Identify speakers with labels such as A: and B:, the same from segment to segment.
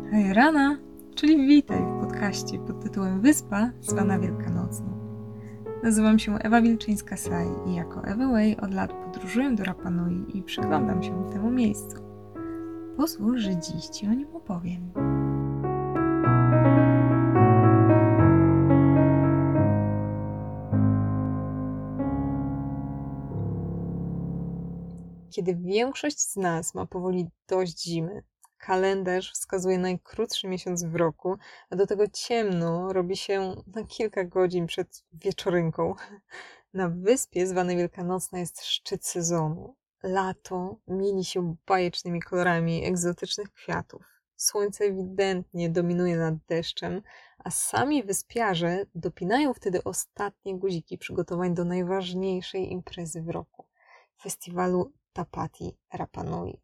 A: Hej rana, czyli witaj w podcaście pod tytułem Wyspa zwana Wielkanocną. Nazywam się Ewa Wilczyńska-Saj i jako Ewa Way od lat podróżuję do Rapa Nui i przyglądam się temu miejscu. Pozwól, że dziś Ci o nim opowiem. Kiedy większość z nas ma powoli dość zimy, kalendarz wskazuje najkrótszy miesiąc w roku, a do tego ciemno robi się na kilka godzin przed wieczorynką. Na wyspie zwanej Wielkanocna jest szczyt sezonu. Lato mieni się bajecznymi kolorami egzotycznych kwiatów. Słońce ewidentnie dominuje nad deszczem, a sami wyspiarze dopinają wtedy ostatnie guziki przygotowań do najważniejszej imprezy w roku – festiwalu Tapati Rapa Nui.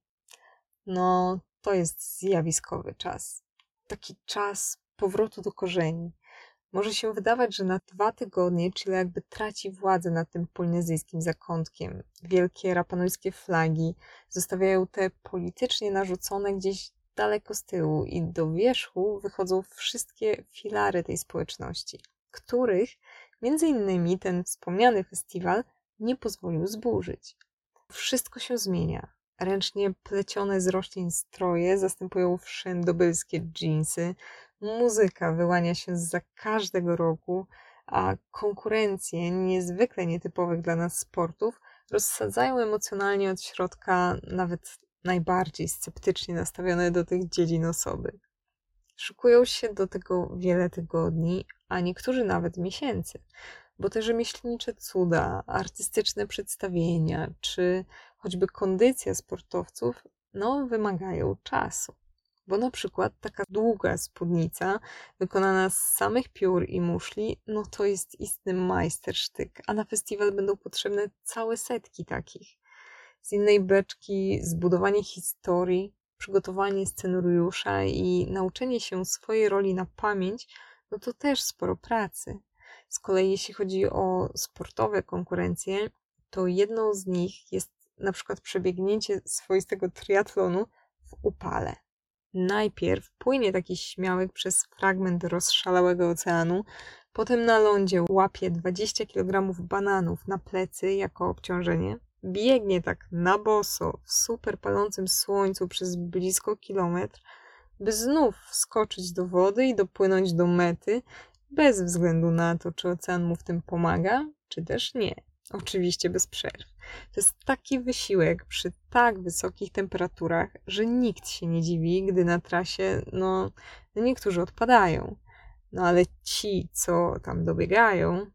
A: No, to jest zjawiskowy czas. Taki czas powrotu do korzeni. Może się wydawać, że na 2 tygodnie Chile jakby traci władzę nad tym polinezyjskim zakątkiem. Wielkie rapanujskie flagi zostawiają te politycznie narzucone gdzieś daleko z tyłu i do wierzchu wychodzą wszystkie filary tej społeczności, których między innymi ten wspomniany festiwal nie pozwolił zburzyć. Wszystko się zmienia. Ręcznie plecione z roślin stroje zastępują wszędobylskie dżinsy, muzyka wyłania się zza każdego roku, a konkurencje niezwykle nietypowych dla nas sportów rozsadzają emocjonalnie od środka nawet najbardziej sceptycznie nastawione do tych dziedzin osoby. Szykują się do tego wiele tygodni, a niektórzy nawet miesięcy, bo te rzemieślnicze cuda, artystyczne przedstawienia, czy choćby kondycja sportowców, wymagają czasu. Bo na przykład taka długa spódnica, wykonana z samych piór i muszli, to jest istny majstersztyk, a na festiwal będą potrzebne całe setki takich. Z innej beczki zbudowanie historii, przygotowanie scenariusza i nauczenie się swojej roli na pamięć, to też sporo pracy. Z kolei jeśli chodzi o sportowe konkurencje, to jedną z nich jest na przykład przebiegnięcie swoistego triatlonu w upale. Najpierw płynie taki śmiałek przez fragment rozszalałego oceanu, potem na lądzie łapie 20 kg bananów na plecy jako obciążenie, biegnie tak na boso w super palącym słońcu przez blisko kilometr, by znów wskoczyć do wody i dopłynąć do mety, bez względu na to, czy ocean mu w tym pomaga, czy też nie. Oczywiście bez przerw. To jest taki wysiłek przy tak wysokich temperaturach, że nikt się nie dziwi, gdy na trasie, niektórzy odpadają. Ale ci, co tam dobiegają,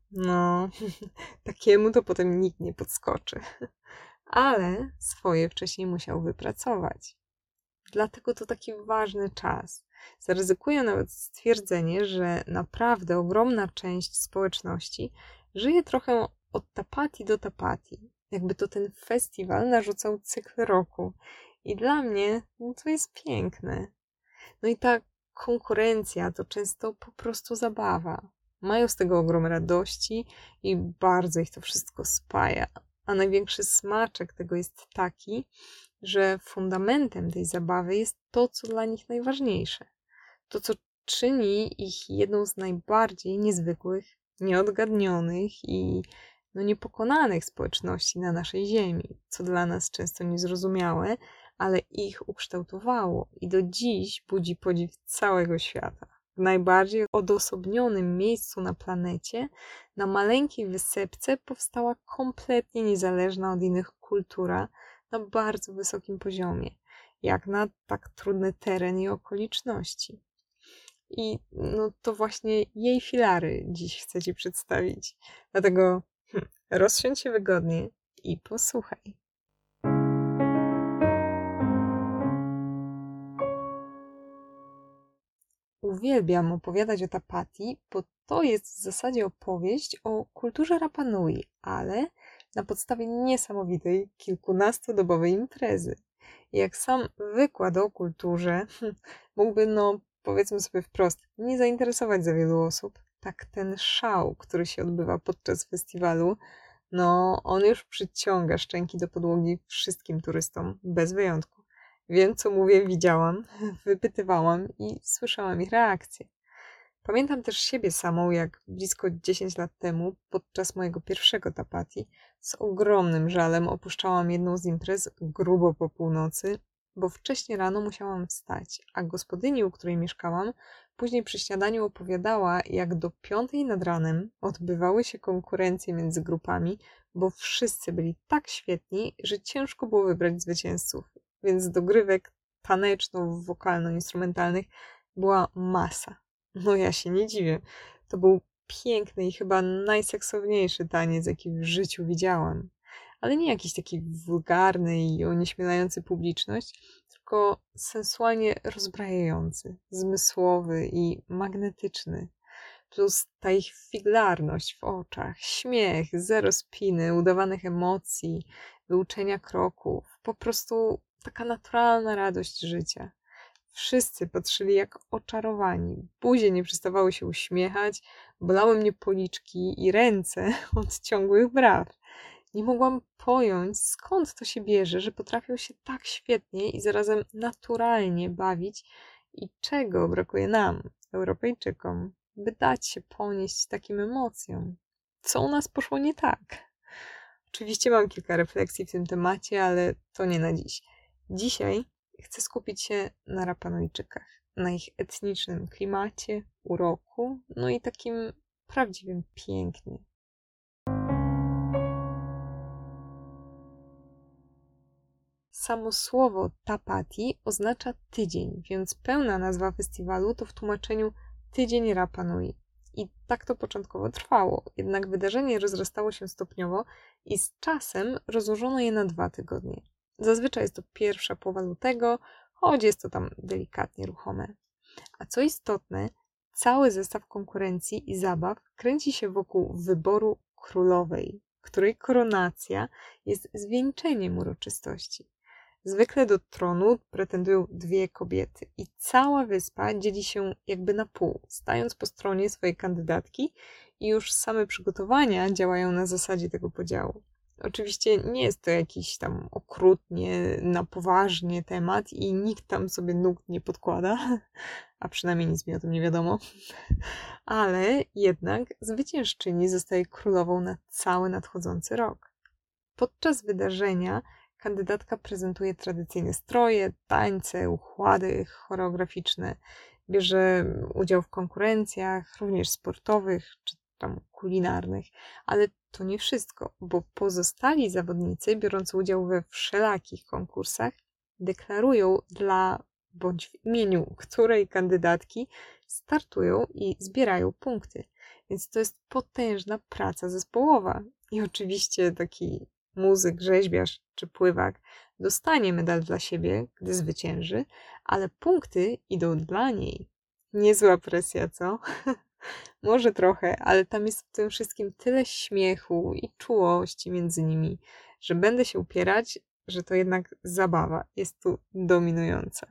A: takiemu to potem nikt nie podskoczy. Ale swoje wcześniej musiał wypracować. Dlatego to taki ważny czas. Zaryzykuję nawet stwierdzenie, że naprawdę ogromna część społeczności żyje trochę od Tapati do Tapati. Jakby to ten festiwal narzucał cykl roku. I dla mnie to jest piękne. I ta konkurencja to często po prostu zabawa. Mają z tego ogrom radości i bardzo ich to wszystko spaja. A największy smaczek tego jest taki, że fundamentem tej zabawy jest to, co dla nich najważniejsze. To, co czyni ich jedną z najbardziej niezwykłych, nieodgadnionych i niepokonanych społeczności na naszej ziemi, co dla nas często niezrozumiałe, ale ich ukształtowało i do dziś budzi podziw całego świata. W najbardziej odosobnionym miejscu na planecie, na maleńkiej wysepce powstała kompletnie niezależna od innych kultura na bardzo wysokim poziomie, jak na tak trudny teren i okoliczności. I to właśnie jej filary dziś chcę Ci przedstawić. Dlatego rozsiądź się wygodnie i posłuchaj. Uwielbiam opowiadać o Tapati, bo to jest w zasadzie opowieść o kulturze Rapa Nui, ale na podstawie niesamowitej, kilkunastodobowej imprezy. I jak sam wykład o kulturze mógłby, powiedzmy sobie wprost, nie zainteresować za wielu osób, tak ten szał, który się odbywa podczas festiwalu, on już przyciąga szczęki do podłogi wszystkim turystom, bez wyjątku. Wiem, co mówię, widziałam, wypytywałam i słyszałam ich reakcje. Pamiętam też siebie samą, jak blisko 10 lat temu, podczas mojego pierwszego tapati, z ogromnym żalem opuszczałam jedną z imprez grubo po północy, bo wcześnie rano musiałam wstać, a gospodyni, u której mieszkałam, później przy śniadaniu opowiadała, jak do 5 nad ranem odbywały się konkurencje między grupami, bo wszyscy byli tak świetni, że ciężko było wybrać zwycięzców, więc dogrywek taneczno-wokalno-instrumentalnych była masa. No ja się nie dziwię. To był piękny i chyba najseksowniejszy taniec, jaki w życiu widziałam. Ale nie jakiś taki wulgarny i onieśmielający publiczność, tylko sensualnie rozbrajający, zmysłowy i magnetyczny. Plus ta ich figlarność w oczach, śmiech, zero spiny, udawanych emocji, wyuczenia kroków, po prostu taka naturalna radość życia. Wszyscy patrzyli jak oczarowani. Buzie nie przestawały się uśmiechać, bolały mnie policzki i ręce od ciągłych braw. Nie mogłam pojąć, skąd to się bierze, że potrafią się tak świetnie i zarazem naturalnie bawić i czego brakuje nam, Europejczykom, by dać się ponieść takim emocjom. Co u nas poszło nie tak? Oczywiście mam kilka refleksji w tym temacie, ale to nie na dziś. Dzisiaj chcę skupić się na Rapanujczykach, na ich etnicznym klimacie, uroku, no i takim prawdziwym pięknie. Samo słowo tapati oznacza tydzień, więc pełna nazwa festiwalu to w tłumaczeniu Tydzień Rapa Nui. I tak to początkowo trwało, jednak wydarzenie rozrastało się stopniowo i z czasem rozłożono je na 2 tygodnie. Zazwyczaj jest to pierwsza połowa lutego, choć jest to tam delikatnie ruchome. A co istotne, cały zestaw konkurencji i zabaw kręci się wokół wyboru królowej, której koronacja jest zwieńczeniem uroczystości. Zwykle do tronu pretendują 2 kobiety i cała wyspa dzieli się jakby na pół, stając po stronie swojej kandydatki i już same przygotowania działają na zasadzie tego podziału. Oczywiście nie jest to jakiś tam okrutnie, na poważnie temat i nikt tam sobie nóg nie podkłada, a przynajmniej nic mi o tym nie wiadomo, ale jednak zwyciężczyni zostaje królową na cały nadchodzący rok. Podczas wydarzenia kandydatka prezentuje tradycyjne stroje, tańce, układy choreograficzne, bierze udział w konkurencjach, również sportowych czy tam kulinarnych, ale to nie wszystko, bo pozostali zawodnicy biorący udział we wszelakich konkursach deklarują dla bądź w imieniu której kandydatki startują i zbierają punkty. Więc to jest potężna praca zespołowa. I oczywiście taki muzyk, rzeźbiarz czy pływak dostanie medal dla siebie, gdy zwycięży, ale punkty idą dla niej. Niezła presja, co? Może trochę, ale tam jest w tym wszystkim tyle śmiechu i czułości między nimi, że będę się upierać, że to jednak zabawa jest tu dominująca.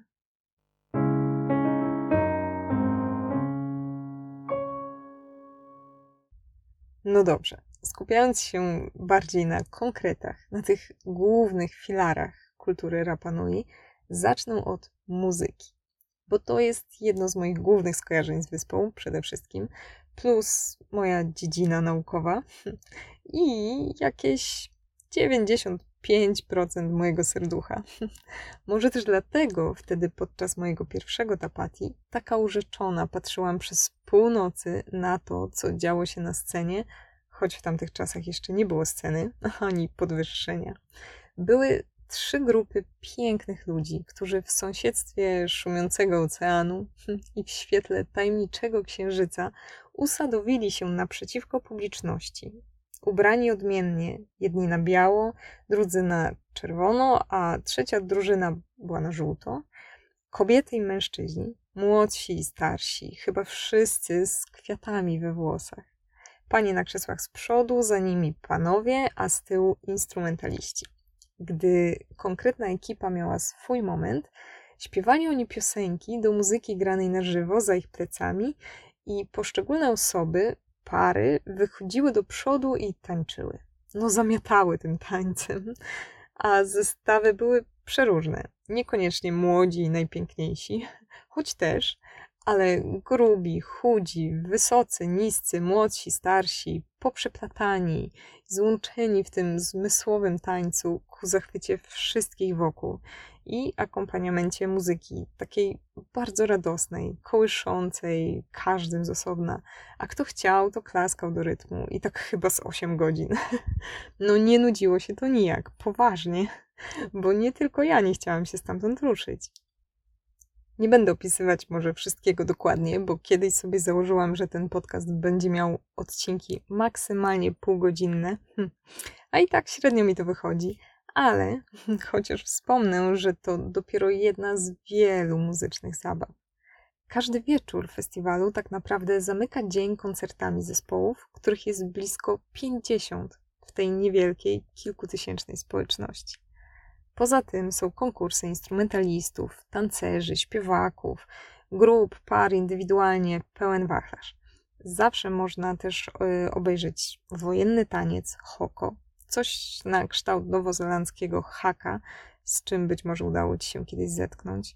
A: No dobrze, skupiając się bardziej na konkretach, na tych głównych filarach kultury Rapa Nui, zacznę od muzyki, bo to jest jedno z moich głównych skojarzeń z wyspą przede wszystkim, plus moja dziedzina naukowa i jakieś 95% mojego serducha. Może też dlatego wtedy podczas mojego pierwszego tapati taka urzeczona patrzyłam przez północy na to, co działo się na scenie, choć w tamtych czasach jeszcze nie było sceny, ani podwyższenia. Były 3 grupy pięknych ludzi, którzy w sąsiedztwie szumiącego oceanu i w świetle tajemniczego księżyca usadowili się naprzeciwko publiczności. Ubrani odmiennie, jedni na biało, drudzy na czerwono, a trzecia drużyna była na żółto. Kobiety i mężczyźni, młodsi i starsi, chyba wszyscy z kwiatami we włosach. Panie na krzesłach z przodu, za nimi panowie, a z tyłu instrumentaliści. Gdy konkretna ekipa miała swój moment, śpiewali oni piosenki do muzyki granej na żywo za ich plecami i poszczególne osoby, pary wychodziły do przodu i tańczyły. No zamiatały tym tańcem, a zestawy były przeróżne. Niekoniecznie młodzi i najpiękniejsi, choć też, ale grubi, chudzi, wysocy, niscy, młodsi, starsi, poprzeplatani, złączeni w tym zmysłowym tańcu ku zachwycie wszystkich wokół i akompaniamencie muzyki, takiej bardzo radosnej, kołyszącej każdym z osobna, a kto chciał, to klaskał do rytmu i tak chyba z 8 godzin. No nie nudziło się to nijak, poważnie, bo nie tylko ja nie chciałam się stamtąd ruszyć. Nie będę opisywać może wszystkiego dokładnie, bo kiedyś sobie założyłam, że ten podcast będzie miał odcinki maksymalnie półgodzinne, a i tak średnio mi to wychodzi, ale chociaż wspomnę, że to dopiero jedna z wielu muzycznych zabaw. Każdy wieczór festiwalu tak naprawdę zamyka dzień koncertami zespołów, których jest blisko 50 w tej niewielkiej, kilkutysięcznej społeczności. Poza tym są konkursy instrumentalistów, tancerzy, śpiewaków, grup, par indywidualnie, pełen wachlarz. Zawsze można też obejrzeć wojenny taniec, hoko, coś na kształt nowozelandzkiego haka, z czym być może udało Ci się kiedyś zetknąć.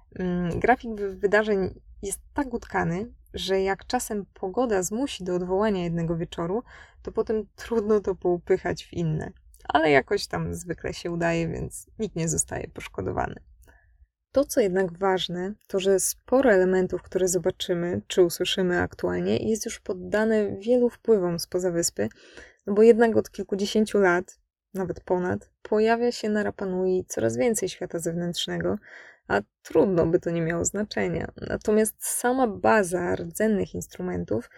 A: Grafik wydarzeń jest tak utkany, że jak czasem pogoda zmusi do odwołania jednego wieczoru, to potem trudno to poupychać w inne. Ale jakoś tam zwykle się udaje, więc nikt nie zostaje poszkodowany. To, co jednak ważne, to że sporo elementów, które zobaczymy czy usłyszymy aktualnie, jest już poddane wielu wpływom spoza wyspy, no bo jednak od kilkudziesięciu lat, nawet ponad, pojawia się na Rapa Nui coraz więcej świata zewnętrznego, a trudno by to nie miało znaczenia. Natomiast sama baza rdzennych instrumentów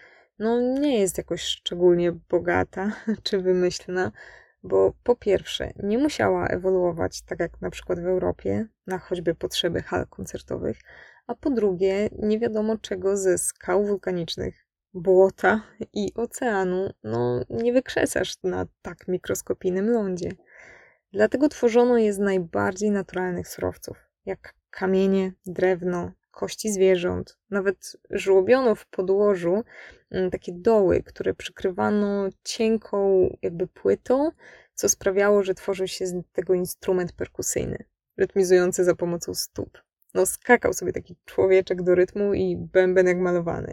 A: nie jest jakoś szczególnie bogata czy wymyślna, bo po pierwsze nie musiała ewoluować tak jak na przykład w Europie, na choćby potrzeby hal koncertowych, a po drugie nie wiadomo czego ze skał wulkanicznych, błota i oceanu nie wykrzesasz na tak mikroskopijnym lądzie. Dlatego tworzono je z najbardziej naturalnych surowców, jak kamienie, drewno, kości zwierząt. Nawet żłobiono w podłożu takie doły, które przykrywano cienką jakby płytą, co sprawiało, że tworzył się z tego instrument perkusyjny, rytmizujący za pomocą stóp. Skakał sobie taki człowieczek do rytmu i bęben jak malowany.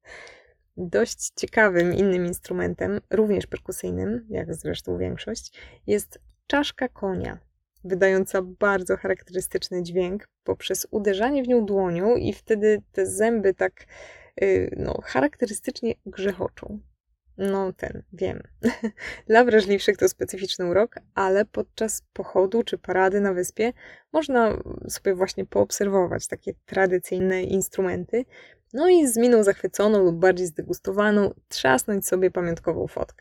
A: Dość ciekawym innym instrumentem, również perkusyjnym, jak zresztą większość, jest czaszka konia, wydająca bardzo charakterystyczny dźwięk poprzez uderzanie w nią dłonią i wtedy te zęby tak charakterystycznie grzechoczą. Wiem. Dla wrażliwszych to specyficzny urok, ale podczas pochodu czy parady na wyspie można sobie właśnie poobserwować takie tradycyjne instrumenty, i z miną zachwyconą lub bardziej zdegustowaną trzasnąć sobie pamiątkową fotkę.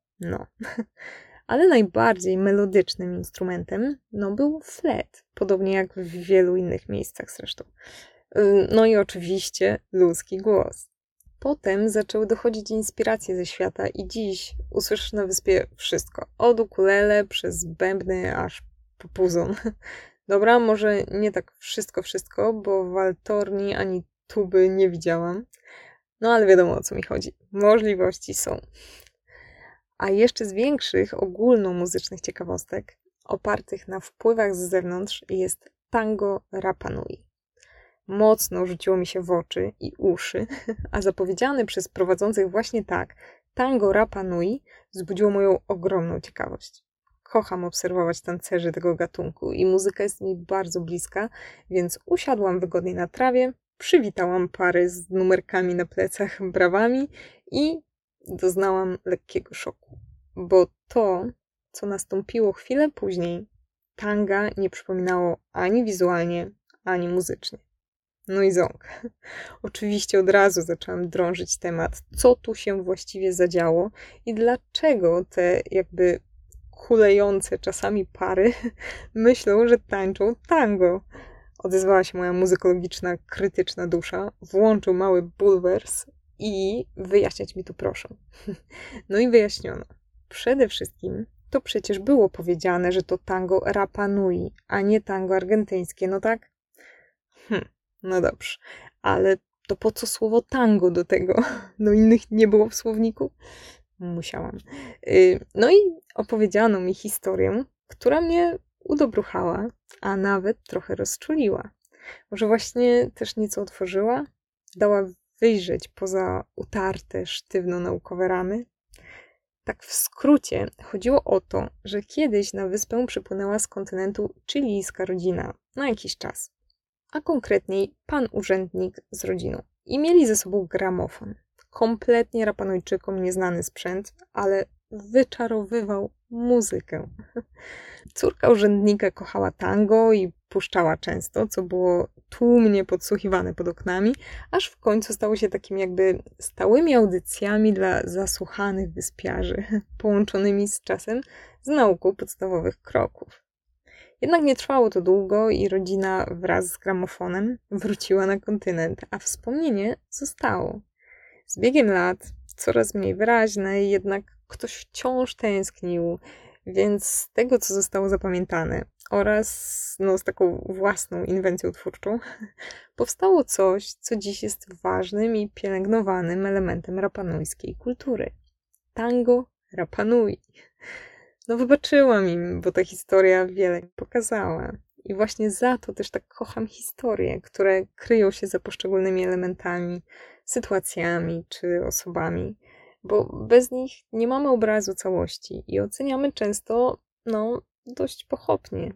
A: Ale najbardziej melodycznym instrumentem był flet, podobnie jak w wielu innych miejscach zresztą. I oczywiście ludzki głos. Potem zaczęły dochodzić inspiracje ze świata i dziś usłyszysz na wyspie wszystko. Od ukulele przez bębny aż po puzon. Dobra, może nie tak wszystko, bo waltorni ani tuby nie widziałam. Ale wiadomo o co mi chodzi. Możliwości są. A jeszcze z większych ogólnomuzycznych ciekawostek, opartych na wpływach z zewnątrz, jest tango Rapa Nui. Mocno rzuciło mi się w oczy i uszy, a zapowiedziane przez prowadzących właśnie tak, tango Rapa Nui wzbudziło moją ogromną ciekawość. Kocham obserwować tancerzy tego gatunku i muzyka jest mi bardzo bliska, więc usiadłam wygodnie na trawie, przywitałam pary z numerkami na plecach, brawami i doznałam lekkiego szoku, bo to, co nastąpiło chwilę później, tanga nie przypominało ani wizualnie, ani muzycznie. I ząg. Oczywiście od razu zaczęłam drążyć temat, co tu się właściwie zadziało i dlaczego te jakby kulejące czasami pary myślą, że tańczą tango. Odezwała się moja muzykologiczna, krytyczna dusza, włączył mały bulwers i wyjaśniać mi tu proszę. I wyjaśniono. Przede wszystkim to przecież było powiedziane, że to tango Rapa Nui, a nie tango argentyńskie, tak? Dobrze, ale to po co słowo tango do tego? Innych nie było w słowniku? Musiałam. I opowiedziano mi historię, która mnie udobruchała, a nawet trochę rozczuliła. Może właśnie też nieco otworzyła, dała wyjrzeć poza utarte, sztywno-naukowe ramy. Tak w skrócie chodziło o to, że kiedyś na wyspę przypłynęła z kontynentu chilijska rodzina na jakiś czas, a konkretniej pan urzędnik z rodziną. I mieli ze sobą gramofon. Kompletnie Rapanujczykom nieznany sprzęt, ale wyczarowywał muzykę. Córka urzędnika kochała tango i puszczała często, co było tłumnie podsłuchiwane pod oknami, aż w końcu stało się takimi jakby stałymi audycjami dla zasłuchanych wyspiarzy, połączonymi z czasem z nauką podstawowych kroków. Jednak nie trwało to długo i rodzina wraz z gramofonem wróciła na kontynent, a wspomnienie zostało. Z biegiem lat coraz mniej wyraźne, jednak ktoś wciąż tęsknił, więc z tego, co zostało zapamiętane oraz z taką własną inwencją twórczą, powstało coś, co dziś jest ważnym i pielęgnowanym elementem rapanujskiej kultury. Tango Rapanui. Wybaczyłam im, bo ta historia wiele mi pokazała. I właśnie za to też tak kocham historie, które kryją się za poszczególnymi elementami, sytuacjami czy osobami, bo bez nich nie mamy obrazu całości i oceniamy często, dość pochopnie.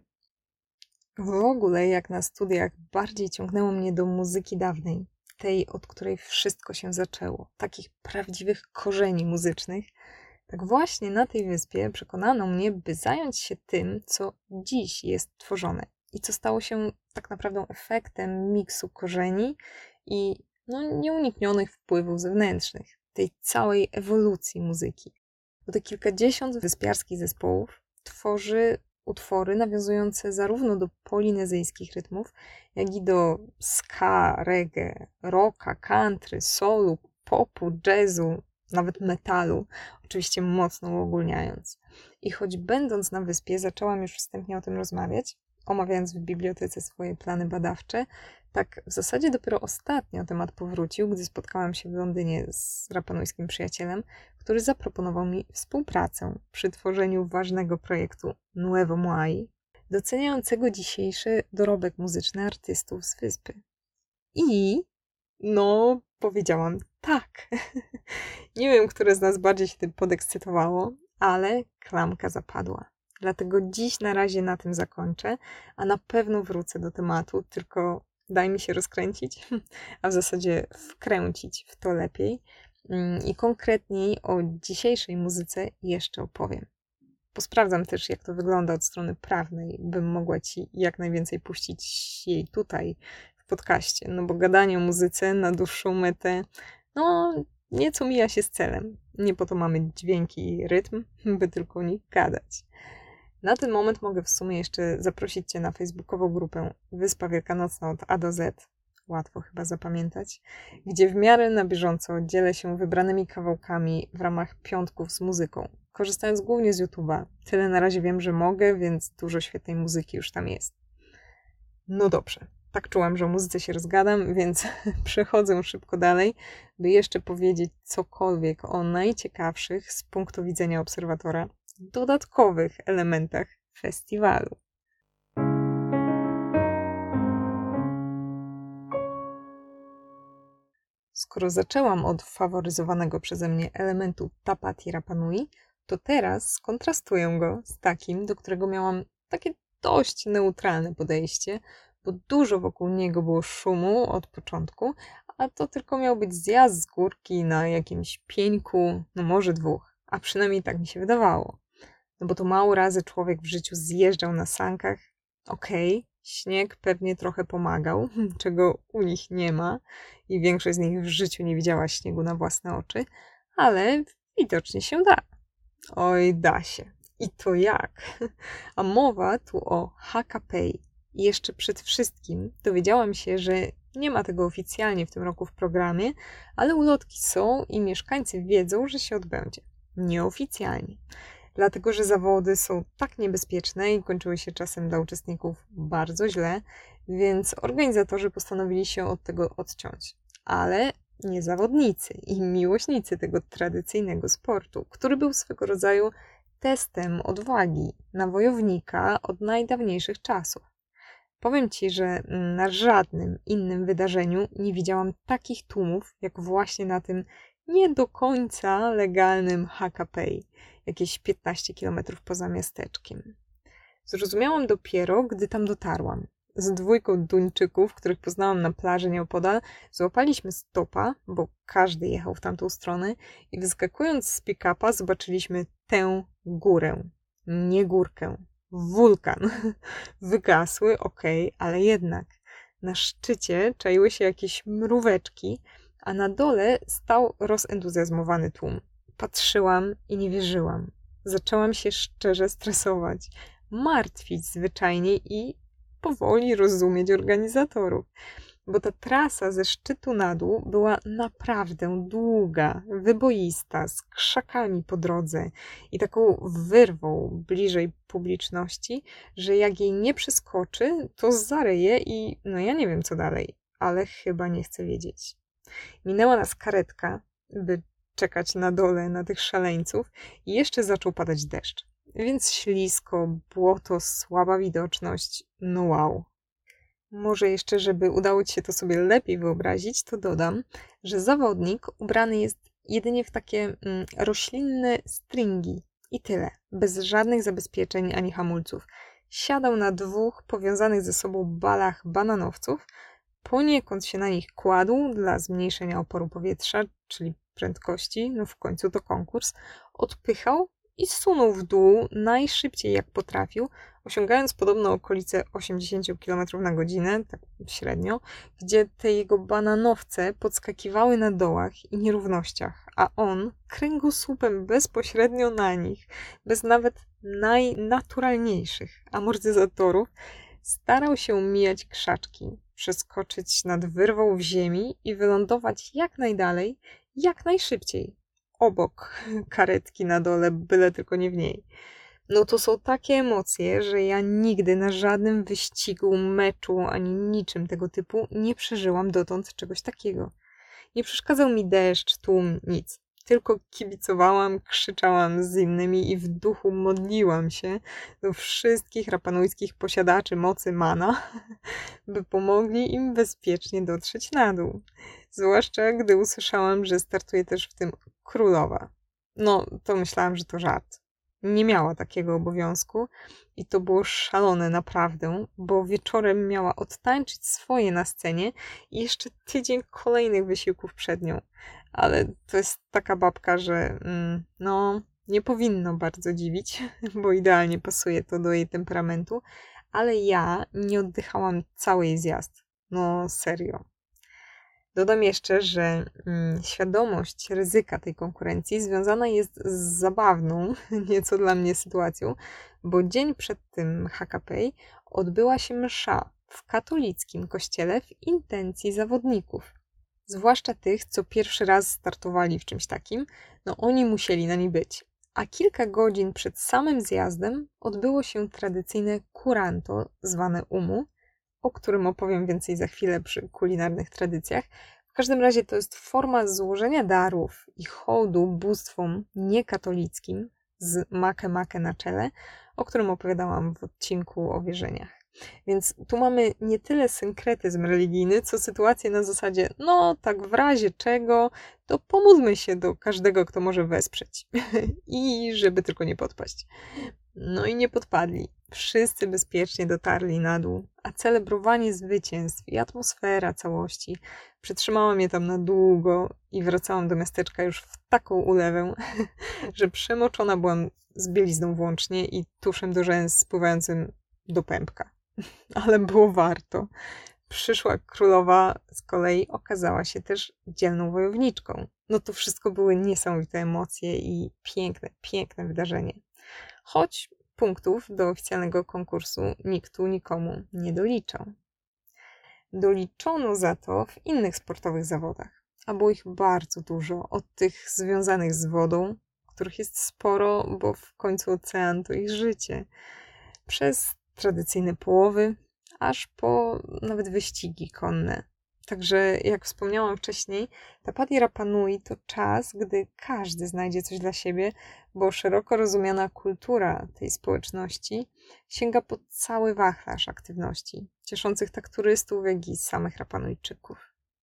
A: W ogóle, jak na studiach, bardziej ciągnęło mnie do muzyki dawnej, tej, od której wszystko się zaczęło, takich prawdziwych korzeni muzycznych. Tak właśnie na tej wyspie przekonano mnie, by zająć się tym, co dziś jest tworzone i co stało się tak naprawdę efektem miksu korzeni i nieuniknionych wpływów zewnętrznych, tej całej ewolucji muzyki. Bo te kilkadziesiąt wyspiarskich zespołów tworzy utwory nawiązujące zarówno do polinezyjskich rytmów, jak i do ska, reggae, rocka, country, soulu, popu, jazzu, nawet metalu, oczywiście mocno uogólniając. I choć będąc na wyspie zaczęłam już wstępnie o tym rozmawiać, omawiając w bibliotece swoje plany badawcze, tak w zasadzie dopiero ostatnio temat powrócił, gdy spotkałam się w Londynie z rapanujskim przyjacielem, który zaproponował mi współpracę przy tworzeniu ważnego projektu Nuevo Moai, doceniającego dzisiejszy dorobek muzyczny artystów z wyspy. I powiedziałam tak. Nie wiem, które z nas bardziej się tym podekscytowało, ale klamka zapadła. Dlatego dziś na razie na tym zakończę, a na pewno wrócę do tematu, tylko daj mi się rozkręcić, a w zasadzie wkręcić w to lepiej i konkretniej o dzisiejszej muzyce jeszcze opowiem. Posprawdzam też, jak to wygląda od strony prawnej, bym mogła Ci jak najwięcej puścić jej tutaj w podcaście, bo gadanie o muzyce na dłuższą metę, nieco mija się z celem. Nie po to mamy dźwięki i rytm, by tylko o nich gadać. Na ten moment mogę w sumie jeszcze zaprosić Cię na facebookową grupę Wyspa Wielkanocna od A do Z, łatwo chyba zapamiętać, gdzie w miarę na bieżąco dzielę się wybranymi kawałkami w ramach piątków z muzyką, korzystając głównie z YouTube'a. Tyle na razie wiem, że mogę, więc dużo świetnej muzyki już tam jest. No dobrze, tak czułam, że o muzyce się rozgadam, więc przechodzę szybko dalej, by jeszcze powiedzieć cokolwiek o najciekawszych z punktu widzenia obserwatora dodatkowych elementach festiwalu. Skoro zaczęłam od faworyzowanego przeze mnie elementu Tapati Rapanui, to teraz skontrastuję go z takim, do którego miałam takie dość neutralne podejście, bo dużo wokół niego było szumu od początku, a to tylko miał być zjazd z górki na jakimś pieńku, może dwóch, a przynajmniej tak mi się wydawało. Bo to mało razy człowiek w życiu zjeżdżał na sankach. Okej, śnieg pewnie trochę pomagał, czego u nich nie ma i większość z nich w życiu nie widziała śniegu na własne oczy, ale widocznie się da. Oj, da się. I to jak? A mowa tu o Hakapei. I jeszcze przed wszystkim dowiedziałam się, że nie ma tego oficjalnie w tym roku w programie, ale ulotki są i mieszkańcy wiedzą, że się odbędzie. Nieoficjalnie. Dlatego, że zawody są tak niebezpieczne i kończyły się czasem dla uczestników bardzo źle, więc organizatorzy postanowili się od tego odciąć. Ale nie zawodnicy i miłośnicy tego tradycyjnego sportu, który był swego rodzaju testem odwagi na wojownika od najdawniejszych czasów. Powiem Ci, że na żadnym innym wydarzeniu nie widziałam takich tłumów, jak właśnie na tym nie do końca legalnym Hakapei, jakieś 15 km poza miasteczkiem. Zrozumiałam dopiero, gdy tam dotarłam. Z 2 Duńczyków, których poznałam na plaży nieopodal, złapaliśmy stopa, bo każdy jechał w tamtą stronę i wyskakując z pick-upa zobaczyliśmy tę górę. Nie górkę. Wulkan. Wygasły, okej, ale jednak. Na szczycie czaiły się jakieś mróweczki, a na dole stał rozentuzjazmowany tłum. Patrzyłam i nie wierzyłam. Zaczęłam się szczerze stresować, martwić zwyczajnie i powoli rozumieć organizatorów. Bo ta trasa ze szczytu na dół była naprawdę długa, wyboista, z krzakami po drodze i taką wyrwą bliżej publiczności, że jak jej nie przeskoczy, to zaryje i no ja nie wiem co dalej, ale chyba nie chcę wiedzieć. Minęła nas karetka, by czekać na dole na tych szaleńców i jeszcze zaczął padać deszcz. Więc ślisko, błoto, słaba widoczność, no wow. Może jeszcze, żeby udało Ci się to sobie lepiej wyobrazić, to dodam, że zawodnik ubrany jest jedynie w takie roślinne stringi i tyle, bez żadnych zabezpieczeń ani hamulców. Siadał na 2 powiązanych ze sobą balach bananowców, poniekąd się na nich kładł dla zmniejszenia oporu powietrza, czyli prędkości, no w końcu to konkurs, odpychał i zsunął w dół najszybciej jak potrafił, osiągając podobno okolice 80 km na godzinę, tak średnio, gdzie te jego bananowce podskakiwały na dołach i nierównościach, a on kręgosłupem bezpośrednio na nich, bez nawet najnaturalniejszych amortyzatorów, starał się mijać krzaczki, przeskoczyć nad wyrwą w ziemi i wylądować jak najdalej, jak najszybciej. Obok karetki na dole, byle tylko nie w niej. No to są takie emocje, że ja nigdy na żadnym wyścigu, meczu, ani niczym tego typu nie przeżyłam dotąd czegoś takiego. Nie przeszkadzał mi deszcz, tłum, nic. Tylko kibicowałam, krzyczałam z innymi i w duchu modliłam się do wszystkich rapanujskich posiadaczy mocy mana, by pomogli im bezpiecznie dotrzeć na dół. Zwłaszcza gdy usłyszałam, że startuje też w tym królowa. No, to myślałam, że to żart. Nie miała takiego obowiązku i to było szalone naprawdę, bo wieczorem miała odtańczyć swoje na scenie i jeszcze tydzień kolejnych wysiłków przed nią. Ale to jest taka babka, że no nie powinno bardzo dziwić, bo idealnie pasuje to do jej temperamentu, ale ja nie oddychałam cały jej zjazd. No serio. Dodam jeszcze, że świadomość ryzyka tej konkurencji związana jest z zabawną, nieco dla mnie sytuacją, bo dzień przed tym Hakapei odbyła się msza w katolickim kościele w intencji zawodników. Zwłaszcza tych, co pierwszy raz startowali w czymś takim, no oni musieli na niej być. A kilka godzin przed samym zjazdem odbyło się tradycyjne kuranto, zwane umu, o którym opowiem więcej za chwilę przy kulinarnych tradycjach. W każdym razie to jest forma złożenia darów i hołdu bóstwom niekatolickim z Makemake na czele, o którym opowiadałam w odcinku o wierzeniach. Więc tu mamy nie tyle synkretyzm religijny, co sytuację na zasadzie, no tak w razie czego, to pomódlmy się do każdego, kto może wesprzeć. I żeby tylko nie podpaść. No i nie podpadli. Wszyscy bezpiecznie dotarli na dół, a celebrowanie zwycięstw i atmosfera całości przytrzymała mnie tam na długo i wracałam do miasteczka już w taką ulewę, że przemoczona byłam z bielizną włącznie i tuszem do rzęs spływającym do pępka. Ale było warto. Przyszła królowa z kolei okazała się też dzielną wojowniczką. No to wszystko były niesamowite emocje i piękne, piękne wydarzenie. Choć punktów do oficjalnego konkursu nikt tu nikomu nie doliczał. Doliczono za to w innych sportowych zawodach, a było ich bardzo dużo, od tych związanych z wodą, których jest sporo, bo w końcu ocean to ich życie, przez tradycyjne połowy, aż po nawet wyścigi konne. Także, jak wspomniałam wcześniej, Tapati Rapa Nui to czas, gdy każdy znajdzie coś dla siebie, bo szeroko rozumiana kultura tej społeczności sięga po cały wachlarz aktywności, cieszących tak turystów, jak i samych Rapanujczyków.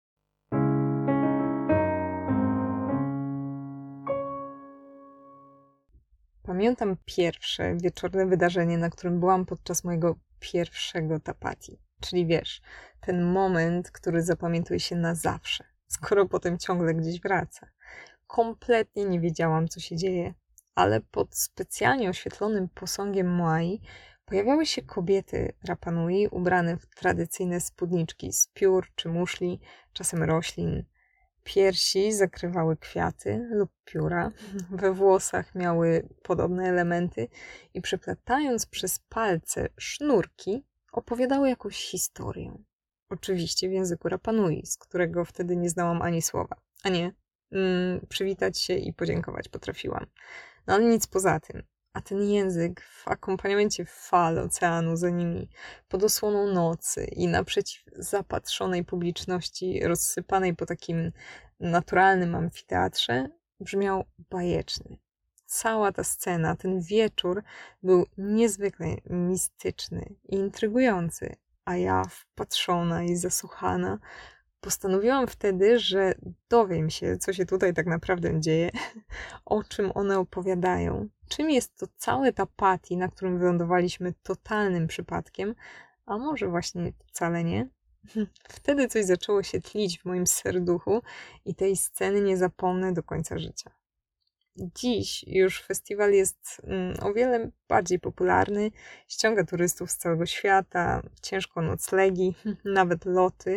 A: Pamiętam pierwsze wieczorne wydarzenie, na którym byłam podczas mojego pierwszego Tapati. Czyli wiesz, ten moment, który zapamiętuje się na zawsze, skoro potem ciągle gdzieś wraca. Kompletnie nie wiedziałam, co się dzieje, ale pod specjalnie oświetlonym posągiem Moai pojawiały się kobiety Rapanui ubrane w tradycyjne spódniczki z piór czy muszli, czasem roślin. Piersi zakrywały kwiaty lub pióra, we włosach miały podobne elementy i przeplatając przez palce sznurki, opowiadały jakąś historię. Oczywiście w języku Rapanui, z którego wtedy nie znałam ani słowa. A nie, przywitać się i podziękować potrafiłam. No ale nic poza tym. A ten język w akompaniamencie fal oceanu za nimi, pod osłoną nocy i naprzeciw zapatrzonej publiczności rozsypanej po takim naturalnym amfiteatrze, brzmiał bajeczny. Cała ta scena, ten wieczór był niezwykle mistyczny i intrygujący, a ja, wpatrzona i zasłuchana, postanowiłam wtedy, że dowiem się, co się tutaj tak naprawdę dzieje, o czym one opowiadają, czym jest to całe Tapati, na którym wylądowaliśmy totalnym przypadkiem, a może właśnie wcale nie. Wtedy coś zaczęło się tlić w moim serduchu i tej sceny nie zapomnę do końca życia. Dziś już festiwal jest o wiele bardziej popularny, ściąga turystów z całego świata, ciężko noclegi, nawet loty.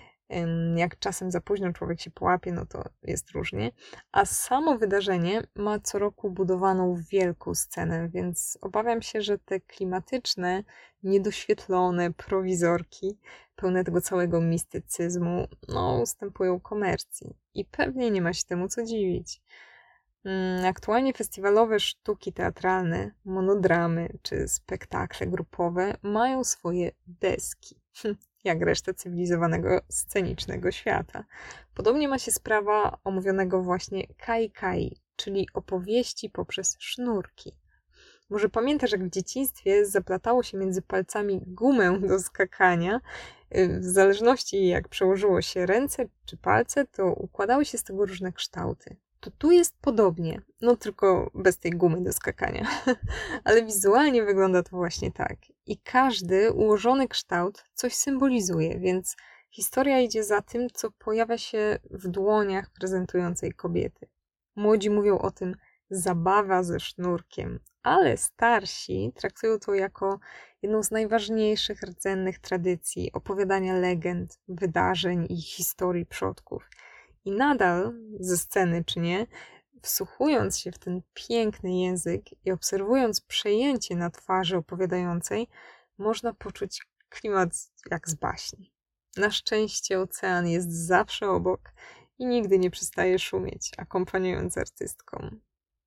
A: Jak czasem za późno człowiek się połapie, no to jest różnie. A samo wydarzenie ma co roku budowaną wielką scenę, więc obawiam się, że te klimatyczne, niedoświetlone prowizorki, pełne tego całego mistycyzmu, no ustępują komercji. I pewnie nie ma się temu co dziwić. Aktualnie festiwalowe sztuki teatralne, monodramy czy spektakle grupowe mają swoje deski, jak reszta cywilizowanego scenicznego świata. Podobnie ma się sprawa omówionego właśnie Kai, czyli opowieści poprzez sznurki. Może pamiętasz, jak w dzieciństwie zaplatało się między palcami gumę do skakania. W zależności jak przełożyło się ręce czy palce, to układały się z tego różne kształty. To tu jest podobnie, no tylko bez tej gumy do skakania. Ale wizualnie wygląda to właśnie tak. I każdy ułożony kształt coś symbolizuje, więc historia idzie za tym, co pojawia się w dłoniach prezentującej kobiety. Młodzi mówią o tym zabawa ze sznurkiem, ale starsi traktują to jako jedną z najważniejszych rdzennych tradycji opowiadania legend, wydarzeń i historii przodków. I nadal, ze sceny czy nie, wsłuchując się w ten piękny język i obserwując przejęcie na twarzy opowiadającej, można poczuć klimat jak z baśni. Na szczęście ocean jest zawsze obok i nigdy nie przestaje szumieć, akompaniując artystkom.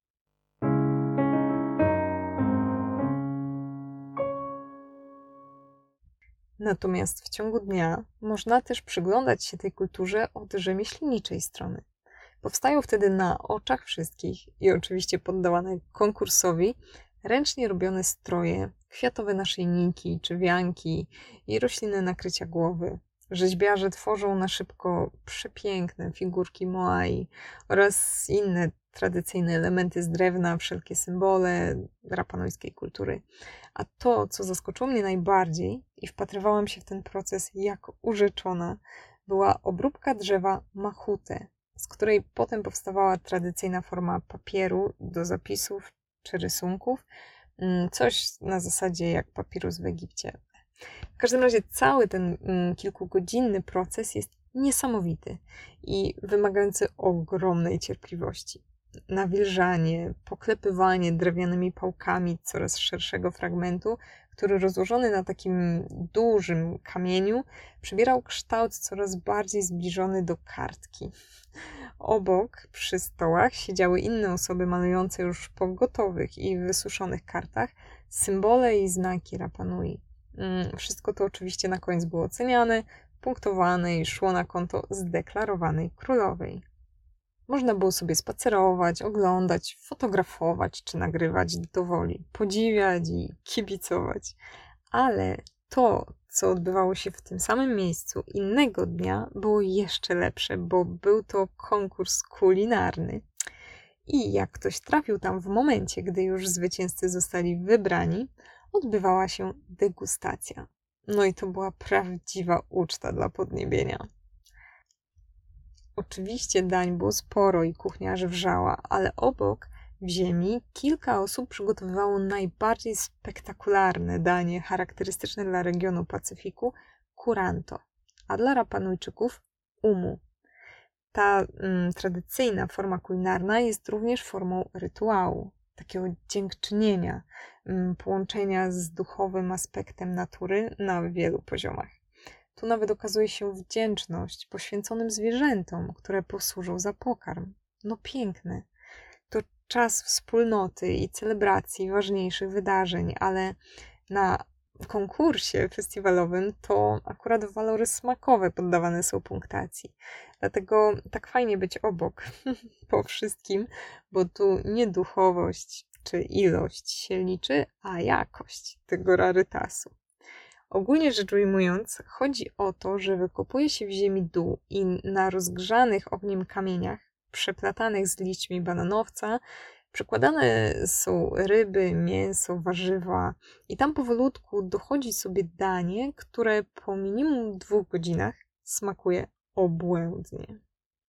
A: Natomiast w ciągu dnia można też przyglądać się tej kulturze od rzemieślniczej strony. Powstają wtedy na oczach wszystkich i oczywiście poddawane konkursowi ręcznie robione stroje, kwiatowe naszyjniki czy wianki i roślinne nakrycia głowy. Rzeźbiarze tworzą na szybko przepiękne figurki moai oraz inne tradycyjne elementy z drewna, wszelkie symbole rapanujskiej kultury. A to, co zaskoczyło mnie najbardziej i wpatrywałam się w ten proces jak urzeczona, była obróbka drzewa mahute, z której potem powstawała tradycyjna forma papieru do zapisów czy rysunków, coś na zasadzie jak papirus w Egipcie. W każdym razie cały ten kilkugodzinny proces jest niesamowity i wymagający ogromnej cierpliwości. Nawilżanie, poklepywanie drewnianymi pałkami coraz szerszego fragmentu, który rozłożony na takim dużym kamieniu przybierał kształt coraz bardziej zbliżony do kartki. Obok, przy stołach, siedziały inne osoby malujące już po gotowych i wysuszonych kartach symbole i znaki Rapanui. Wszystko to oczywiście na koniec było oceniane, punktowane i szło na konto zdeklarowanej królowej. Można było sobie spacerować, oglądać, fotografować czy nagrywać do woli, podziwiać i kibicować. Ale to, co odbywało się w tym samym miejscu innego dnia, było jeszcze lepsze, bo był to konkurs kulinarny. I jak ktoś trafił tam w momencie, gdy już zwycięzcy zostali wybrani, odbywała się degustacja. No i to była prawdziwa uczta dla podniebienia. Oczywiście dań było sporo i kuchnia wrzała, ale obok, w ziemi, kilka osób przygotowywało najbardziej spektakularne danie charakterystyczne dla regionu Pacyfiku – kuranto, a dla Rapanujczyków – umu. Ta tradycyjna forma kulinarna jest również formą rytuału, takiego dziękczynienia, połączenia z duchowym aspektem natury na wielu poziomach. Tu nawet okazuje się wdzięczność poświęconym zwierzętom, które posłużą za pokarm. No piękne. To czas wspólnoty i celebracji ważniejszych wydarzeń, ale na konkursie festiwalowym to akurat walory smakowe poddawane są punktacji. Dlatego tak fajnie być obok po wszystkim, bo tu nie duchowość czy ilość się liczy, a jakość tego rarytasu. Ogólnie rzecz ujmując, chodzi o to, że wykopuje się w ziemi dół i na rozgrzanych ogniem kamieniach, przeplatanych z liśćmi bananowca, przekładane są ryby, mięso, warzywa i tam powolutku dochodzi sobie danie, które po minimum 2 godzinach smakuje obłędnie.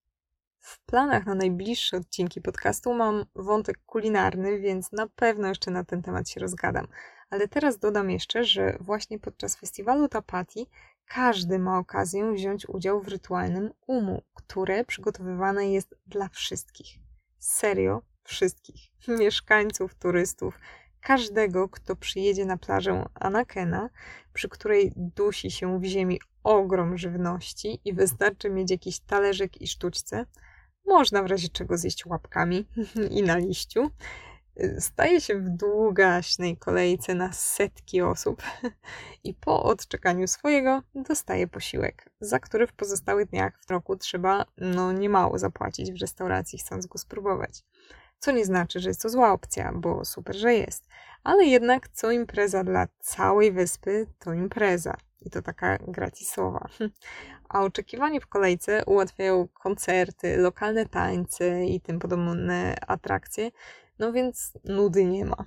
A: W planach na najbliższe odcinki podcastu mam wątek kulinarny, więc na pewno jeszcze na ten temat się rozgadam. Ale teraz dodam jeszcze, że właśnie podczas festiwalu Tapati każdy ma okazję wziąć udział w rytualnym umu, które przygotowywane jest dla wszystkich. Serio, wszystkich. Mieszkańców, turystów, każdego, kto przyjedzie na plażę Anakena, przy której dusi się w ziemi ogrom żywności i wystarczy mieć jakiś talerzyk i sztućce. Można w razie czego zjeść łapkami i na liściu. Staje się w długaśnej kolejce na setki osób i po odczekaniu swojego dostaje posiłek, za który w pozostałych dniach w roku trzeba niemało zapłacić w restauracji, chcąc go spróbować. Co nie znaczy, że jest to zła opcja, bo super, że jest. Ale jednak co impreza dla całej wyspy, to impreza. I to taka gratisowa. A oczekiwanie w kolejce ułatwiają koncerty, lokalne tańce i tym podobne atrakcje, no więc nudy nie ma.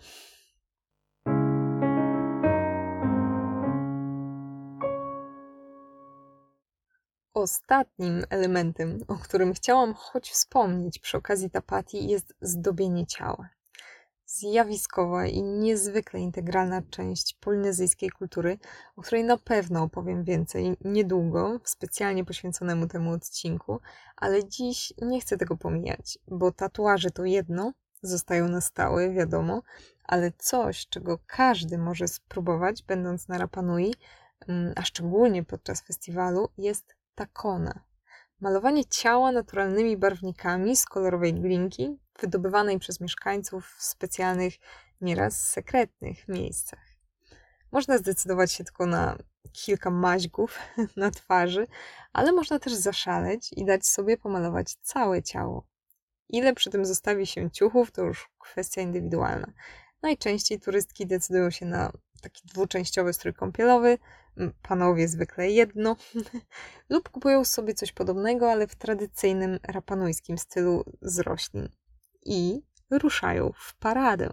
A: Ostatnim elementem, o którym chciałam choć wspomnieć przy okazji Tapati, jest zdobienie ciała. Zjawiskowa i niezwykle integralna część polinezyjskiej kultury, o której na pewno opowiem więcej niedługo, w specjalnie poświęconemu temu odcinku, ale dziś nie chcę tego pomijać, bo tatuaże to jedno, zostają na stałe, wiadomo, ale coś, czego każdy może spróbować, będąc na Rapa Nui, a szczególnie podczas festiwalu, jest takona. Malowanie ciała naturalnymi barwnikami z kolorowej glinki, wydobywanej przez mieszkańców w specjalnych, nieraz sekretnych miejscach. Można zdecydować się tylko na kilka maźgów na twarzy, ale można też zaszaleć i dać sobie pomalować całe ciało. Ile przy tym zostawi się ciuchów, to już kwestia indywidualna. Najczęściej turystki decydują się na taki 2-częściowy strój kąpielowy, panowie zwykle jedno, lub kupują sobie coś podobnego, ale w tradycyjnym rapanujskim stylu z roślin. I ruszają w paradę.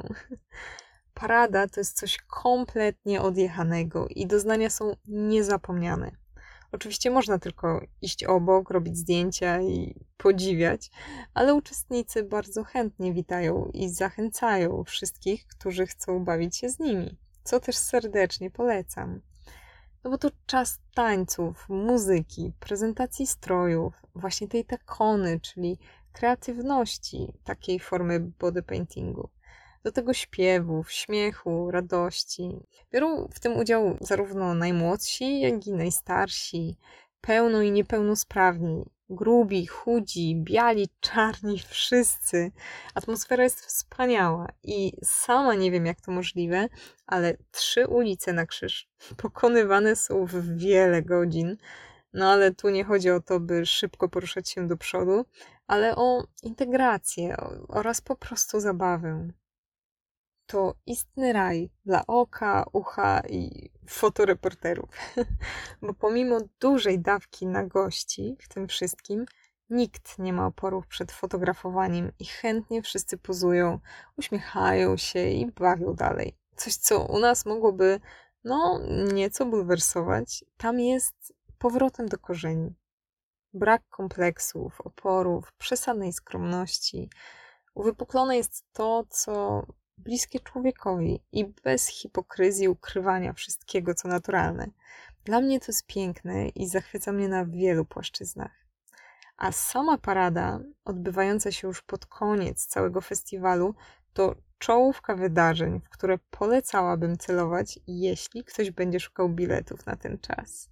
A: Parada to jest coś kompletnie odjechanego i doznania są niezapomniane. Oczywiście można tylko iść obok, robić zdjęcia i podziwiać, ale uczestnicy bardzo chętnie witają i zachęcają wszystkich, którzy chcą bawić się z nimi, co też serdecznie polecam. No bo to czas tańców, muzyki, prezentacji strojów, właśnie tej takony, czyli kreatywności, takiej formy bodypaintingu. Do tego śpiewów, śmiechu, radości. Biorą w tym udział zarówno najmłodsi, jak i najstarsi, pełno i niepełnosprawni, grubi, chudzi, biali, czarni, wszyscy. Atmosfera jest wspaniała i sama nie wiem, jak to możliwe, ale 3 ulice na krzyż pokonywane są w wiele godzin. No ale tu nie chodzi o to, by szybko poruszać się do przodu, ale o integrację oraz po prostu zabawę. To istny raj dla oka, ucha i fotoreporterów. Bo pomimo dużej dawki nagości w tym wszystkim, nikt nie ma oporów przed fotografowaniem i chętnie wszyscy pozują, uśmiechają się i bawią dalej. Coś, co u nas mogłoby, nieco bulwersować, tam jest powrotem do korzeni. Brak kompleksów, oporów, przesadnej skromności. Uwypuklone jest to, co bliskie człowiekowi i bez hipokryzji ukrywania wszystkiego, co naturalne. Dla mnie to jest piękne i zachwyca mnie na wielu płaszczyznach. A sama parada, odbywająca się już pod koniec całego festiwalu, to czołówka wydarzeń, w które polecałabym celować, jeśli ktoś będzie szukał biletów na ten czas.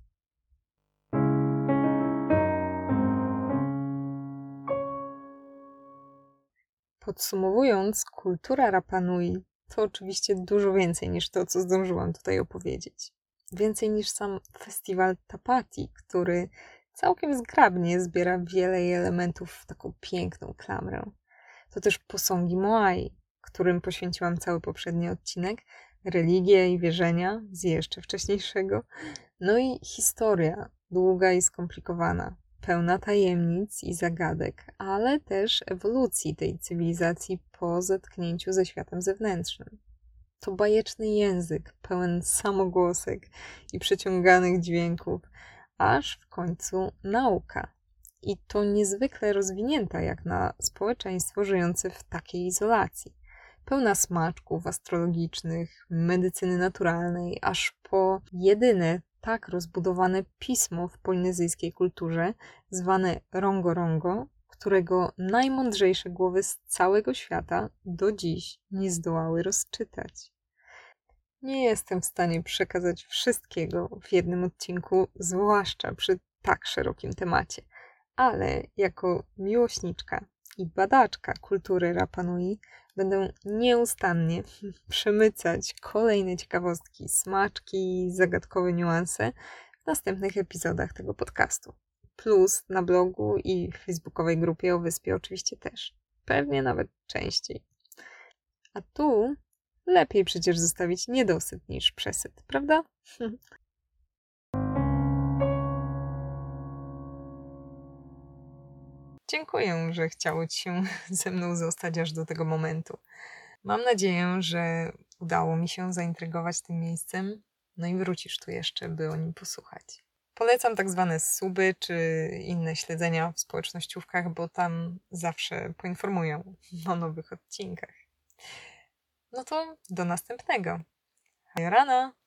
A: Podsumowując, kultura Rapa Nui to oczywiście dużo więcej niż to, co zdążyłam tutaj opowiedzieć. Więcej niż sam festiwal Tapati, który całkiem zgrabnie zbiera wiele jej elementów w taką piękną klamrę. To też posągi Moai, którym poświęciłam cały poprzedni odcinek, religie i wierzenia z jeszcze wcześniejszego, no i historia długa i skomplikowana, pełna tajemnic i zagadek, ale też ewolucji tej cywilizacji po zetknięciu ze światem zewnętrznym. To bajeczny język, pełen samogłosek i przeciąganych dźwięków, aż w końcu nauka. I to niezwykle rozwinięta jak na społeczeństwo żyjące w takiej izolacji. Pełna smaczków astrologicznych, medycyny naturalnej, aż po jedyne tak rozbudowane pismo w polinezyjskiej kulturze, zwane Rongo Rongo, którego najmądrzejsze głowy z całego świata do dziś nie zdołały rozczytać. Nie jestem w stanie przekazać wszystkiego w jednym odcinku, zwłaszcza przy tak szerokim temacie, ale jako miłośniczka i badaczka kultury Rapa Nui będę nieustannie przemycać kolejne ciekawostki, smaczki i zagadkowe niuanse w następnych epizodach tego podcastu. Plus na blogu i facebookowej grupie o wyspie oczywiście też. Pewnie nawet częściej. A tu lepiej przecież zostawić niedosyt niż przesyt, prawda? Dziękuję, że chciało Ci się ze mną zostać aż do tego momentu. Mam nadzieję, że udało mi się zaintrygować tym miejscem, no i wrócisz tu jeszcze, by o nim posłuchać. Polecam tak zwane suby czy inne śledzenia w społecznościówkach, bo tam zawsze poinformują o nowych odcinkach. No to do następnego. Hajorana!